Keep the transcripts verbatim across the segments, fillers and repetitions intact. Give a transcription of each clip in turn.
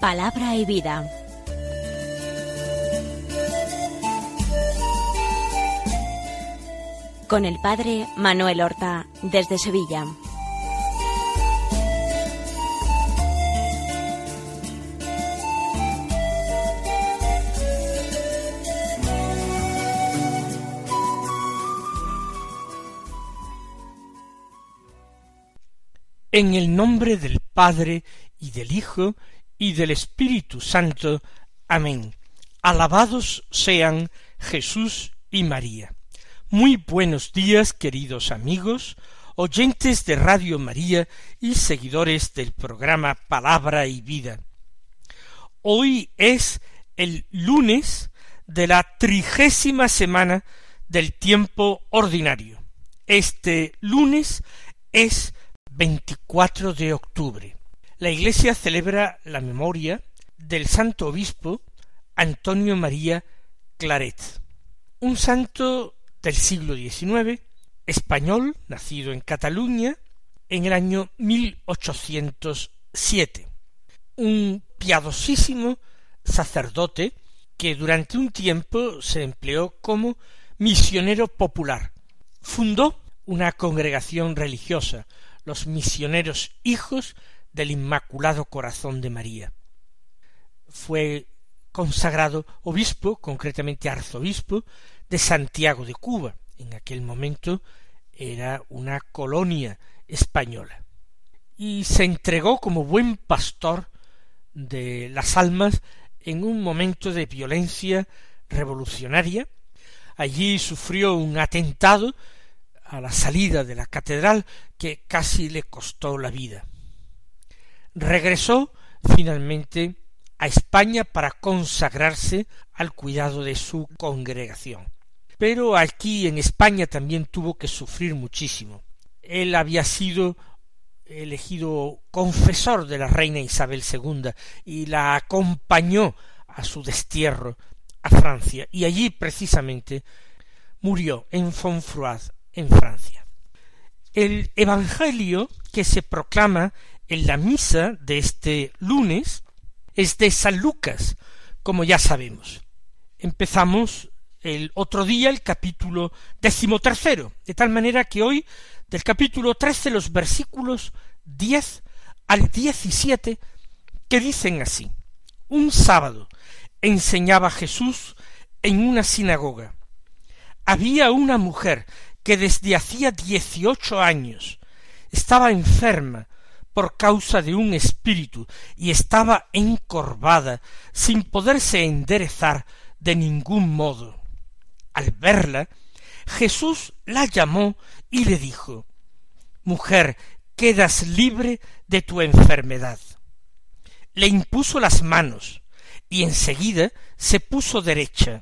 Palabra y vida. Con el padre Manuel Horta, desde Sevilla. En el nombre del Padre, y del Hijo, y del Espíritu Santo. Amén. Alabados sean Jesús y María. Muy buenos días, queridos amigos, oyentes de Radio María y seguidores del programa Palabra y Vida. Hoy es el lunes de la trigésima semana del tiempo ordinario. Este lunes es veinticuatro de octubre. La Iglesia celebra la memoria del santo obispo Antonio María Claret, un santo del siglo diecinueve, español, nacido en Cataluña en el año mil ochocientos siete, un piadosísimo sacerdote que durante un tiempo se empleó como misionero popular. Fundó una congregación religiosa, los Misioneros Hijos del Inmaculado Corazón de María. Fue consagrado obispo, concretamente arzobispo, de Santiago de Cuba. En aquel momento era una colonia española. Y se entregó como buen pastor de las almas en un momento de violencia revolucionaria. Allí sufrió un atentado a la salida de la catedral que casi le costó la vida. Regresó finalmente a España para consagrarse al cuidado de su congregación. Pero aquí en España también tuvo que sufrir muchísimo. Él había sido elegido confesor de la reina Isabel segunda y la acompañó a su destierro a Francia, y allí precisamente murió en Fontfroid, en Francia. El evangelio que se proclama en la misa de este lunes es de San Lucas, como ya sabemos. Empezamos el otro día el capítulo decimotercero, de tal manera que hoy del capítulo trece los versículos diez al diecisiete, que dicen así: un sábado enseñaba Jesús en una sinagoga. Había una mujer que desde hacía dieciocho años estaba enferma por causa de un espíritu y estaba encorvada sin poderse enderezar de ningún modo. Al verla, Jesús la llamó y le dijo: mujer, quedas libre de tu enfermedad. Le impuso las manos y enseguida se puso derecha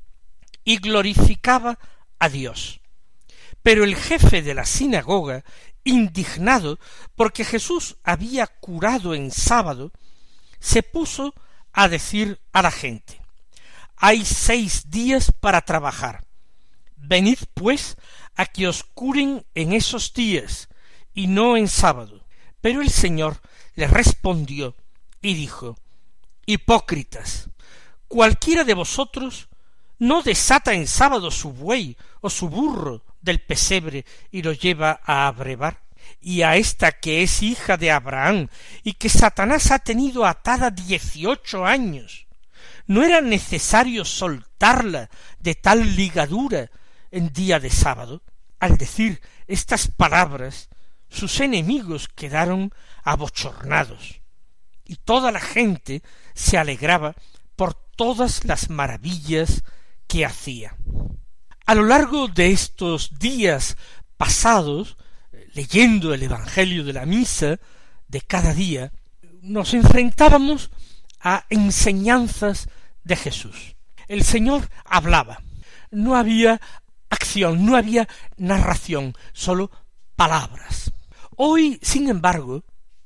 y glorificaba a Dios. Pero el jefe de la sinagoga, indignado porque Jesús había curado en sábado, se puso a decir a la gente: hay seis días para trabajar. Venid pues a que os curen en esos días, y no en sábado. Pero el Señor le respondió y dijo: hipócritas, cualquiera de vosotros no desata en sábado su buey o su burro del pesebre y lo lleva a abrevar, y a esta que es hija de Abraham y que Satanás ha tenido atada dieciocho años, ¿no era necesario soltarla de tal ligadura en día de sábado? Al decir estas palabras, sus enemigos quedaron abochornados, y toda la gente se alegraba por todas las maravillas que hacía. A lo largo de estos días pasados, leyendo el Evangelio de la misa de cada día, nos enfrentábamos a enseñanzas de Jesús. El Señor hablaba, no había acción, no había narración, sólo palabras. Hoy, sin embargo,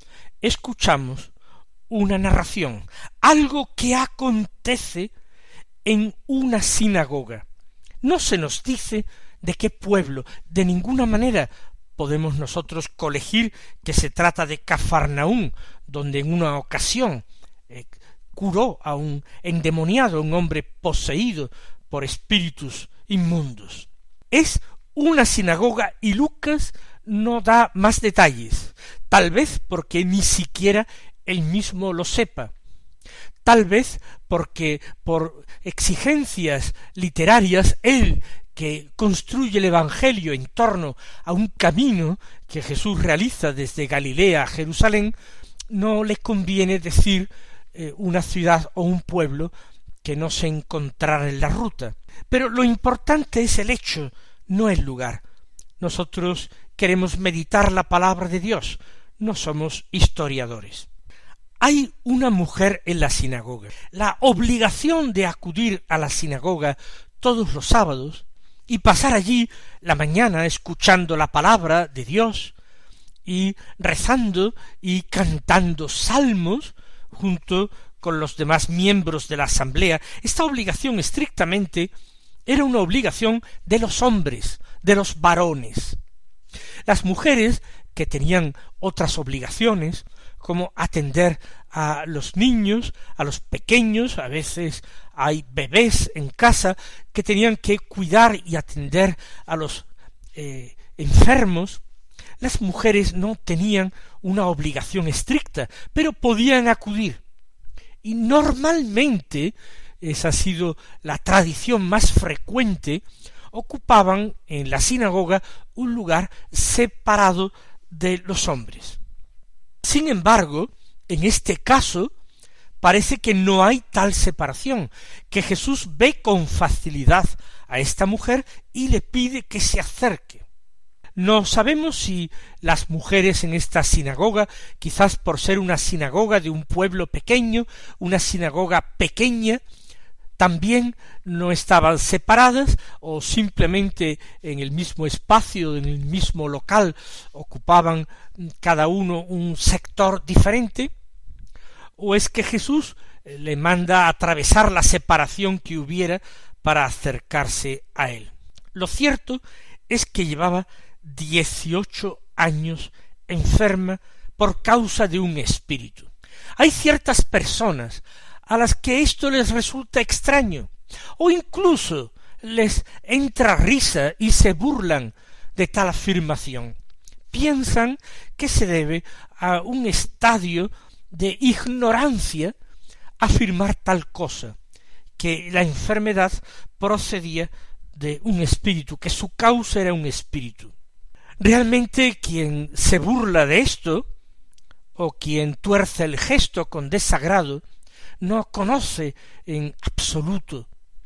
escuchamos una narración, algo que acontece en una sinagoga. No se nos dice de qué pueblo, de ninguna manera podemos nosotros colegir que se trata de Cafarnaún, donde en una ocasión eh, curó a un endemoniado, un hombre poseído por espíritus inmundos. Es una sinagoga y Lucas no da más detalles, tal vez porque ni siquiera él mismo lo sepa, tal vez porque por exigencias literarias él, que construye el Evangelio en torno a un camino que Jesús realiza desde Galilea a Jerusalén, no le conviene decir eh, una ciudad o un pueblo que no se encontrara en la ruta. Pero lo importante es el hecho, no el lugar. Nosotros queremos meditar la palabra de Dios, no somos historiadores. Hay una mujer en la sinagoga. La obligación de acudir a la sinagoga todos los sábados y pasar allí la mañana escuchando la palabra de Dios y rezando y cantando salmos junto con los demás miembros de la asamblea, esta obligación estrictamente era una obligación de los hombres, de los varones. Las mujeres, que tenían otras obligaciones, como atender a los niños, a los pequeños, a veces hay bebés en casa que tenían que cuidar y atender a los eh, enfermos. Las mujeres no tenían una obligación estricta, pero podían acudir. Y normalmente, esa ha sido la tradición más frecuente, ocupaban en la sinagoga un lugar separado de los hombres. Sin embargo, en este caso, parece que no hay tal separación, que Jesús ve con facilidad a esta mujer y le pide que se acerque. No sabemos si las mujeres en esta sinagoga, quizás por ser una sinagoga de un pueblo pequeño, una sinagoga pequeña, también no estaban separadas o simplemente en el mismo espacio, en el mismo local, ocupaban cada uno un sector diferente, o es que Jesús le manda atravesar la separación que hubiera para acercarse a él. Lo cierto es que llevaba dieciocho años enferma por causa de un espíritu. Hay ciertas personas a las que esto les resulta extraño, o incluso les entra risa y se burlan de tal afirmación. Piensan que se debe a un estadio de ignorancia afirmar tal cosa, que la enfermedad procedía de un espíritu, que su causa era un espíritu. Realmente quien se burla de esto, o quien tuerce el gesto con desagrado, no conoce en absoluto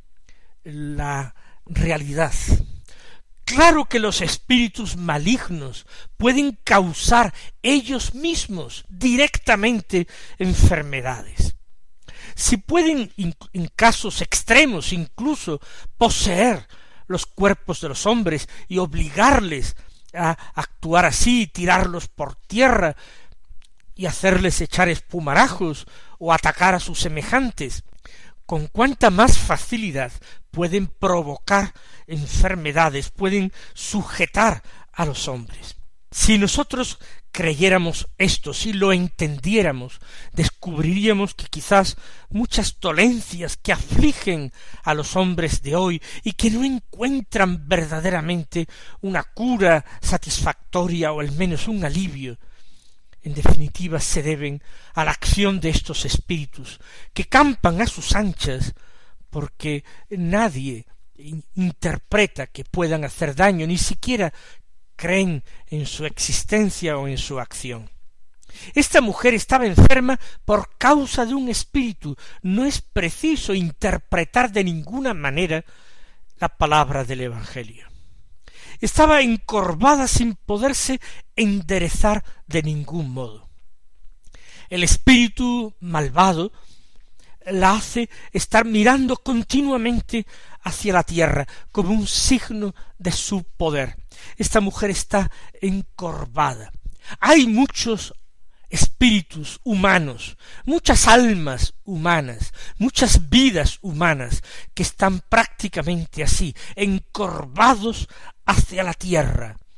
la realidad. Claro que los espíritus malignos pueden causar ellos mismos directamente enfermedades. Si pueden, en casos extremos, incluso poseer los cuerpos de los hombres y obligarles a actuar así, tirarlos por tierra y hacerles echar espumarajos o atacar a sus semejantes, con cuánta más facilidad pueden provocar enfermedades, pueden sujetar a los hombres. Si nosotros creyéramos esto, si lo entendiéramos, descubriríamos que quizás muchas dolencias que afligen a los hombres de hoy y que no encuentran verdaderamente una cura satisfactoria o al menos un alivio, en definitiva se deben a la acción de estos espíritus que campan a sus anchas, porque nadie interpreta que puedan hacer daño, ni siquiera creen en su existencia o en su acción. Esta mujer estaba enferma por causa de un espíritu. No es preciso interpretar de ninguna manera la palabra del Evangelio. Estaba encorvada sin poderse enderezar de ningún modo. El espíritu malvado la hace estar mirando continuamente hacia la tierra como un signo de su poder. Esta mujer está encorvada. Hay muchos espíritus humanos, muchas almas humanas, muchas vidas humanas que están prácticamente así, encorvados hacia la tierra,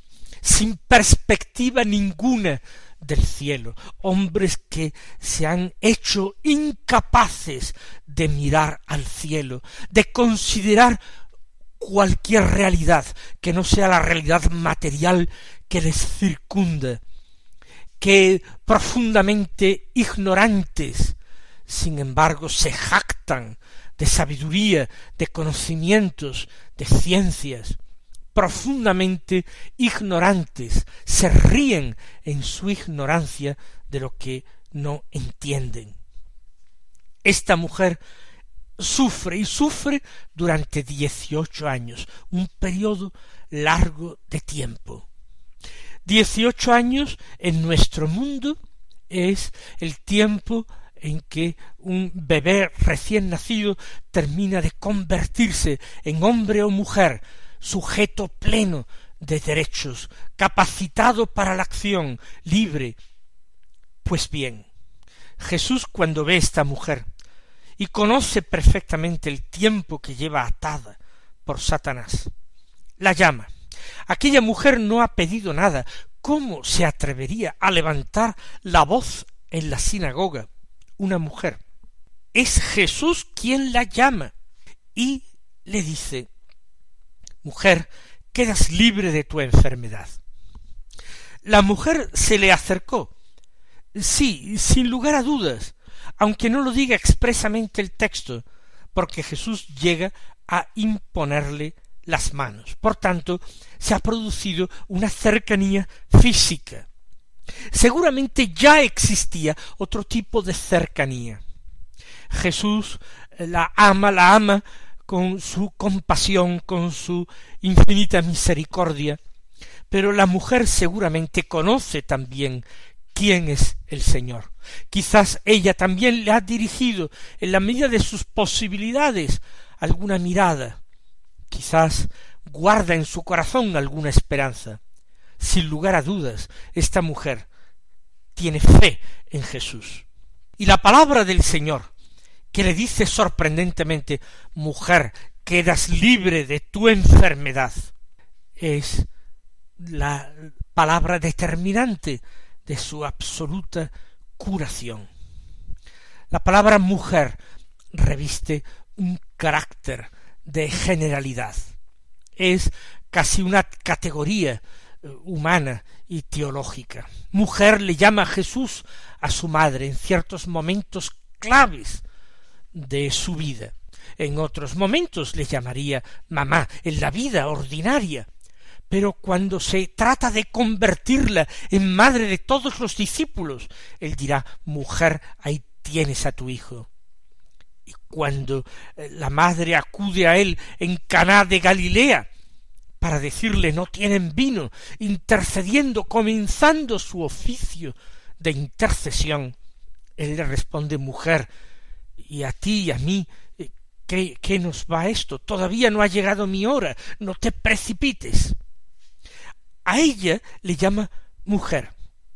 sin perspectiva ninguna del cielo, hombres que se han hecho incapaces de mirar al cielo, de considerar cualquier realidad que no sea la realidad material que les circunda, que profundamente ignorantes, sin embargo, se jactan de sabiduría, de conocimientos, de ciencias, profundamente ignorantes, se ríen en su ignorancia de lo que no entienden. Esta mujer sufre y sufre durante dieciocho años, un periodo largo de tiempo. Dieciocho años en nuestro mundo es el tiempo en que un bebé recién nacido termina de convertirse en hombre o mujer, sujeto pleno de derechos, capacitado para la acción, libre. Pues bien, Jesús, cuando ve a esta mujer y conoce perfectamente el tiempo que lleva atada por Satanás, la llama. Aquella mujer no ha pedido nada. ¿Cómo se atrevería a levantar la voz en la sinagoga una mujer? Es Jesús quien la llama y le dice: mujer, quedas libre de tu enfermedad. La mujer se le acercó, sí, sin lugar a dudas, aunque no lo diga expresamente el texto, porque Jesús llega a imponerle las manos. Por tanto, se ha producido una cercanía física. Seguramente ya existía otro tipo de cercanía. Jesús la ama, la ama con su compasión, con su infinita misericordia, pero la mujer seguramente conoce también quién es el Señor. Quizás ella también le ha dirigido, en la medida de sus posibilidades, alguna mirada. Quizás guarda en su corazón alguna esperanza. Sin lugar a dudas, esta mujer tiene fe en Jesús. Y la palabra del Señor, que le dice sorprendentemente: mujer, quedas libre de tu enfermedad, es la palabra determinante de su absoluta curación. La palabra mujer reviste un carácter de generalidad. Es casi una categoría humana y teológica. Mujer le llama Jesús a su madre en ciertos momentos claves de su vida. En otros momentos le llamaría mamá en la vida ordinaria. Pero cuando se trata de convertirla en madre de todos los discípulos, él dirá: mujer, ahí tienes a tu hijo. Y cuando la madre acude a él en Caná de Galilea para decirle: no tienen vino, intercediendo, comenzando su oficio de intercesión, él le responde: mujer, y a ti y a mí, ¿qué, qué nos va esto? Todavía no ha llegado mi hora, no te precipites. A ella le llama mujer.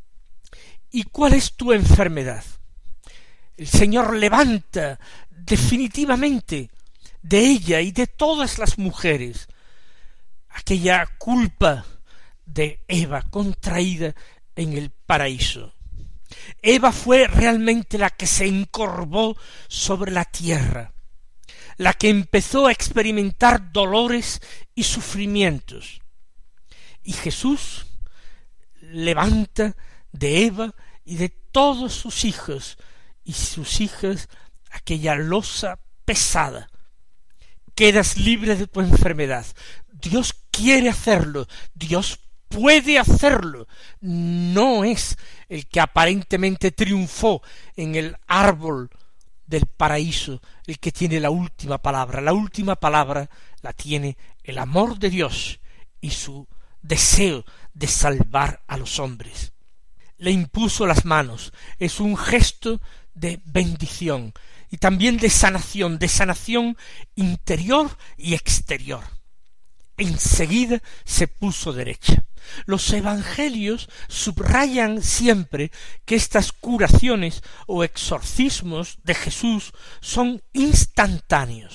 ¿Y cuál es tu enfermedad? El Señor levanta definitivamente de ella y de todas las mujeres aquella culpa de Eva contraída en el paraíso. Eva fue realmente la que se encorvó sobre la tierra, la que empezó a experimentar dolores y sufrimientos. Y Jesús levanta de Eva y de todos sus hijos y sus hijas aquella losa pesada. Quedas libre de tu enfermedad. Dios quiere hacerlo, Dios puede hacerlo. No es el que aparentemente triunfó en el árbol del paraíso el que tiene la última palabra. La última palabra la tiene el amor de Dios y su deseo de salvar a los hombres. Le impuso las manos. Es un gesto de bendición y también de sanación, de sanación interior y exterior. Enseguida se puso derecha. Los evangelios subrayan siempre que estas curaciones o exorcismos de Jesús son instantáneos.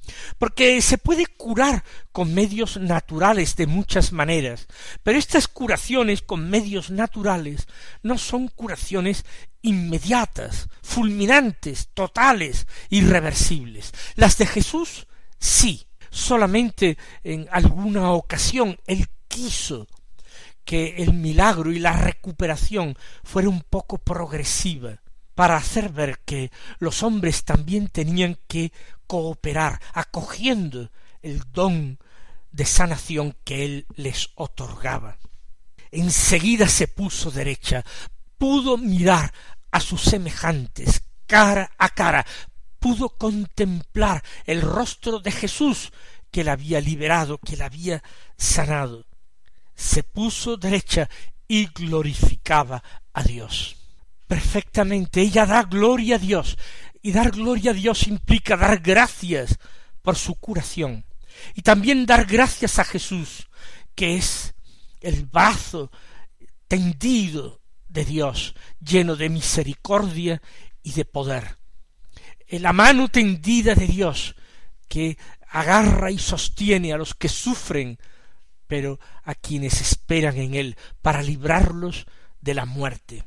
Porque se puede curar con medios naturales de muchas maneras, pero estas curaciones con medios naturales no son curaciones inmediatas, fulminantes, totales, irreversibles. Las de Jesús sí, solamente en alguna ocasión Él quiso que el milagro y la recuperación fuera un poco progresiva, para hacer ver que los hombres también tenían que cooperar, acogiendo el don de sanación que él les otorgaba. Enseguida se puso derecha, pudo mirar a sus semejantes cara a cara, pudo contemplar el rostro de Jesús que la había liberado, que la había sanado. Se puso derecha y glorificaba a Dios. Perfectamente, ella da gloria a Dios, y dar gloria a Dios implica dar gracias por su curación, y también dar gracias a Jesús, que es el brazo tendido de Dios, lleno de misericordia y de poder, la mano tendida de Dios, que agarra y sostiene a los que sufren, pero a quienes esperan en Él, para librarlos de la muerte.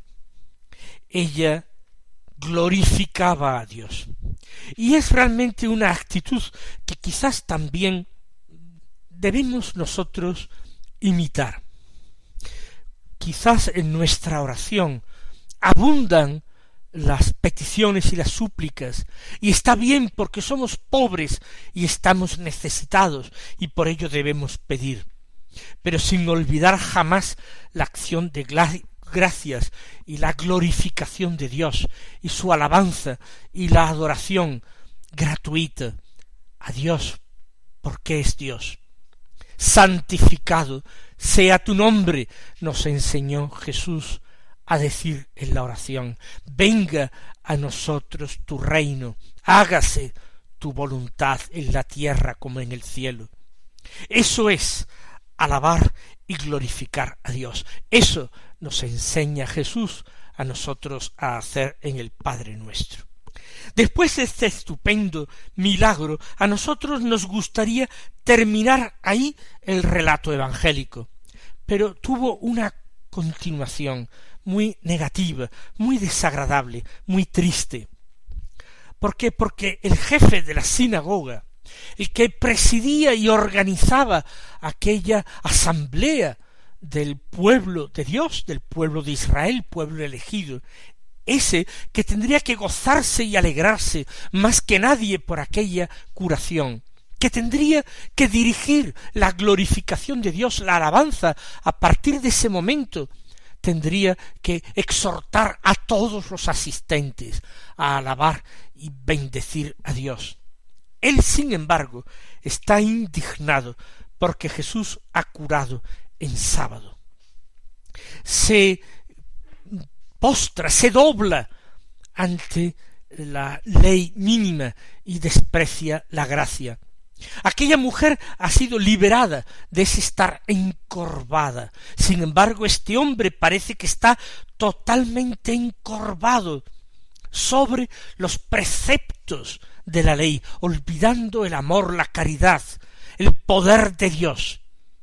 Ella glorificaba a Dios. Y es realmente una actitud que quizás también debemos nosotros imitar. Quizás en nuestra oración abundan las peticiones y las súplicas, y está bien porque somos pobres y estamos necesitados, y por ello debemos pedir, pero sin olvidar jamás la acción de gracias y la glorificación de Dios y su alabanza y la adoración gratuita a Dios, porque es Dios. Santificado sea tu nombre, nos enseñó Jesús a decir en la oración. Venga a nosotros tu reino, hágase tu voluntad en la tierra como en el cielo. Eso es alabar y glorificar a Dios. Eso nos enseña Jesús a nosotros a hacer en el Padre Nuestro. Después de este estupendo milagro, a nosotros nos gustaría terminar ahí el relato evangélico, pero tuvo una continuación muy negativa, muy desagradable, muy triste. ¿Por qué? Porque el jefe de la sinagoga, el que presidía y organizaba aquella asamblea del pueblo de Dios, del pueblo de Israel, pueblo elegido, ese que tendría que gozarse y alegrarse más que nadie por aquella curación, que tendría que dirigir la glorificación de Dios, la alabanza, a partir de ese momento, tendría que exhortar a todos los asistentes a alabar y bendecir a Dios. Él, sin embargo, está indignado porque Jesús ha curado en sábado. Se postra, se dobla ante la ley mínima y desprecia la gracia. Aquella mujer ha sido liberada de ese estar encorvada. Sin embargo, este hombre parece que está totalmente encorvado sobre los preceptos de la ley, olvidando el amor, la caridad, el poder de Dios.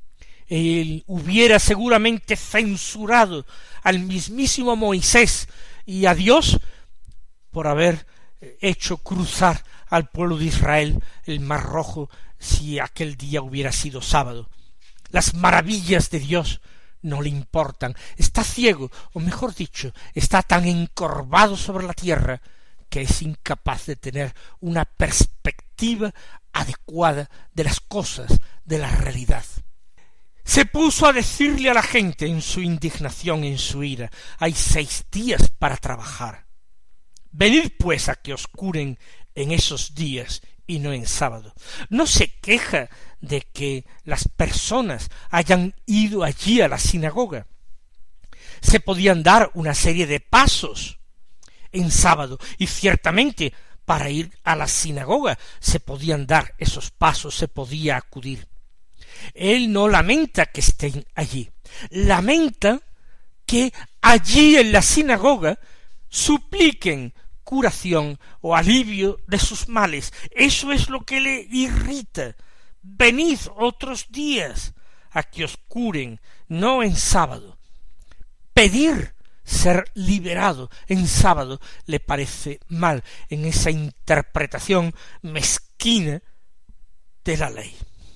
Él hubiera seguramente censurado al mismísimo Moisés y a Dios por haber hecho cruzar al pueblo de Israel el Mar Rojo si aquel día hubiera sido sábado. Las maravillas de Dios no le importan. Está ciego, o mejor dicho, está tan encorvado sobre la tierra que es incapaz de tener una perspectiva adecuada de las cosas, de la realidad. Se puso a decirle a la gente en su indignación, en su ira: hay seis días para trabajar. Venid pues a que os curen en esos días y no en sábado. No se queja de que las personas hayan ido allí a la sinagoga. Se podían dar una serie de pasos en sábado, y ciertamente para ir a la sinagoga se podían dar esos pasos, se podía acudir. Él no lamenta que estén allí, lamenta que allí en la sinagoga supliquen curación o alivio de sus males. Eso es lo que le irrita. Venid otros días a que os curen, no en sábado. Pedir ser liberado en sábado le parece mal en esa interpretación mezquina de la ley.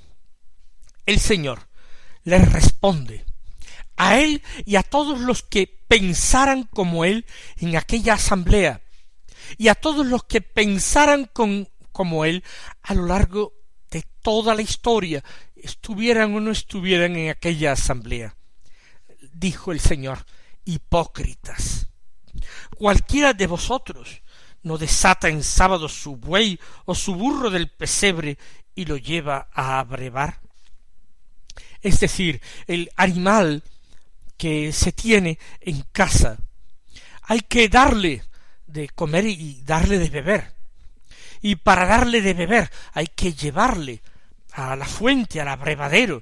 El Señor le responde a él y a todos los que pensaran como él en aquella asamblea, y a todos los que pensaran con, como él a lo largo de toda la historia, estuvieran o no estuvieran en aquella asamblea. Dijo el Señor: hipócritas, cualquiera de vosotros no desata en sábado su buey o su burro del pesebre y lo lleva a abrevar. Es decir, el animal que se tiene en casa hay que darle de comer y darle de beber, y para darle de beber hay que llevarle a la fuente, al abrevadero,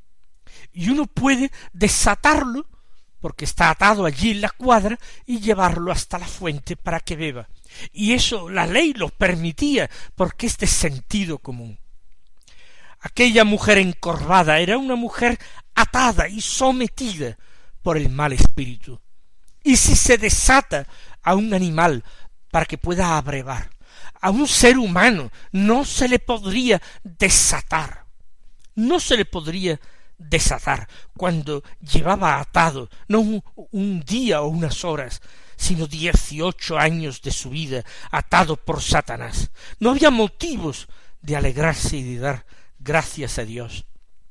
y uno puede desatarlo porque está atado allí en la cuadra y llevarlo hasta la fuente para que beba, y eso la ley lo permitía porque es de sentido común. Aquella mujer encorvada era una mujer atada y sometida por el mal espíritu, y si se desata a un animal para que pueda abrevar, a un ser humano no se le podría desatar, no se le podría desatar cuando llevaba atado no un, un día o unas horas, sino dieciocho años de su vida atado por Satanás. No había motivos de alegrarse y de dar gracias a Dios.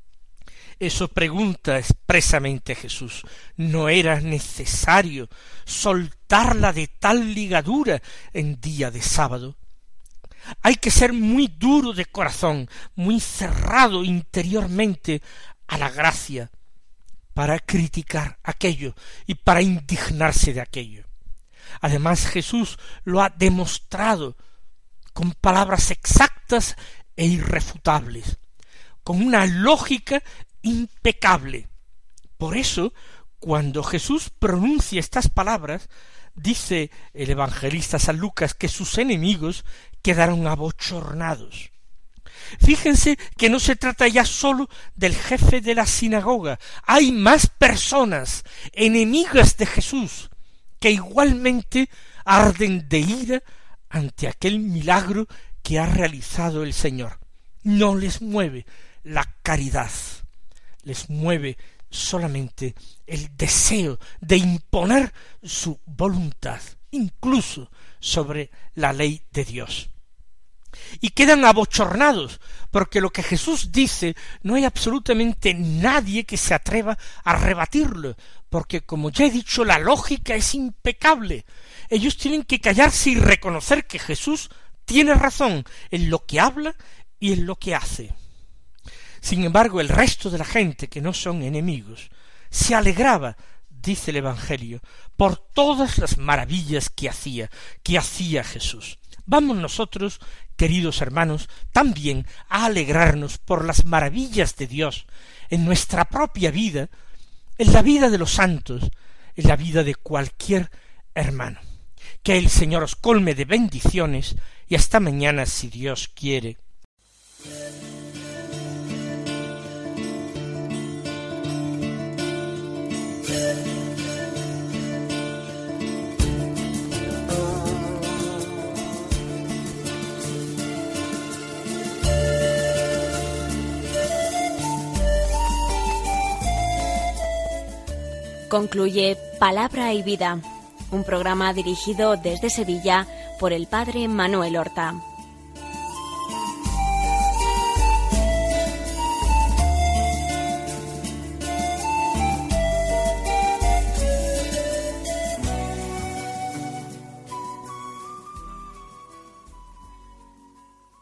Eso pregunta expresamente Jesús. ¿No era necesario soltarla de tal ligadura en día de sábado? Hay que ser muy duro de corazón, muy cerrado interiormente a la gracia, para criticar aquello y para indignarse de aquello. Además, Jesús lo ha demostrado con palabras exactas e irrefutables, con una lógica impecable. Por eso, cuando Jesús pronuncia estas palabras, dice el evangelista San Lucas que sus enemigos quedaron abochornados. Fíjense que no se trata ya sólo del jefe de la sinagoga. Hay más personas enemigas de Jesús que igualmente arden de ira ante aquel milagro que ha realizado el Señor. No les mueve la caridad, les mueve solamente el deseo de imponer su voluntad, incluso sobre la ley de Dios. Y quedan abochornados, porque lo que Jesús dice no hay absolutamente nadie que se atreva a rebatirlo, porque como ya he dicho, la lógica es impecable. Ellos tienen que callarse y reconocer que Jesús tiene razón en lo que habla y en lo que hace. Sin embargo, el resto de la gente, que no son enemigos, se alegraba, dice el Evangelio, por todas las maravillas que hacía, que hacía Jesús. Vamos nosotros, queridos hermanos, también a alegrarnos por las maravillas de Dios en nuestra propia vida, en la vida de los santos, en la vida de cualquier hermano. Que el Señor os colme de bendiciones y hasta mañana si Dios quiere. Concluye Palabra y Vida, un programa dirigido desde Sevilla por el padre Manuel Horta.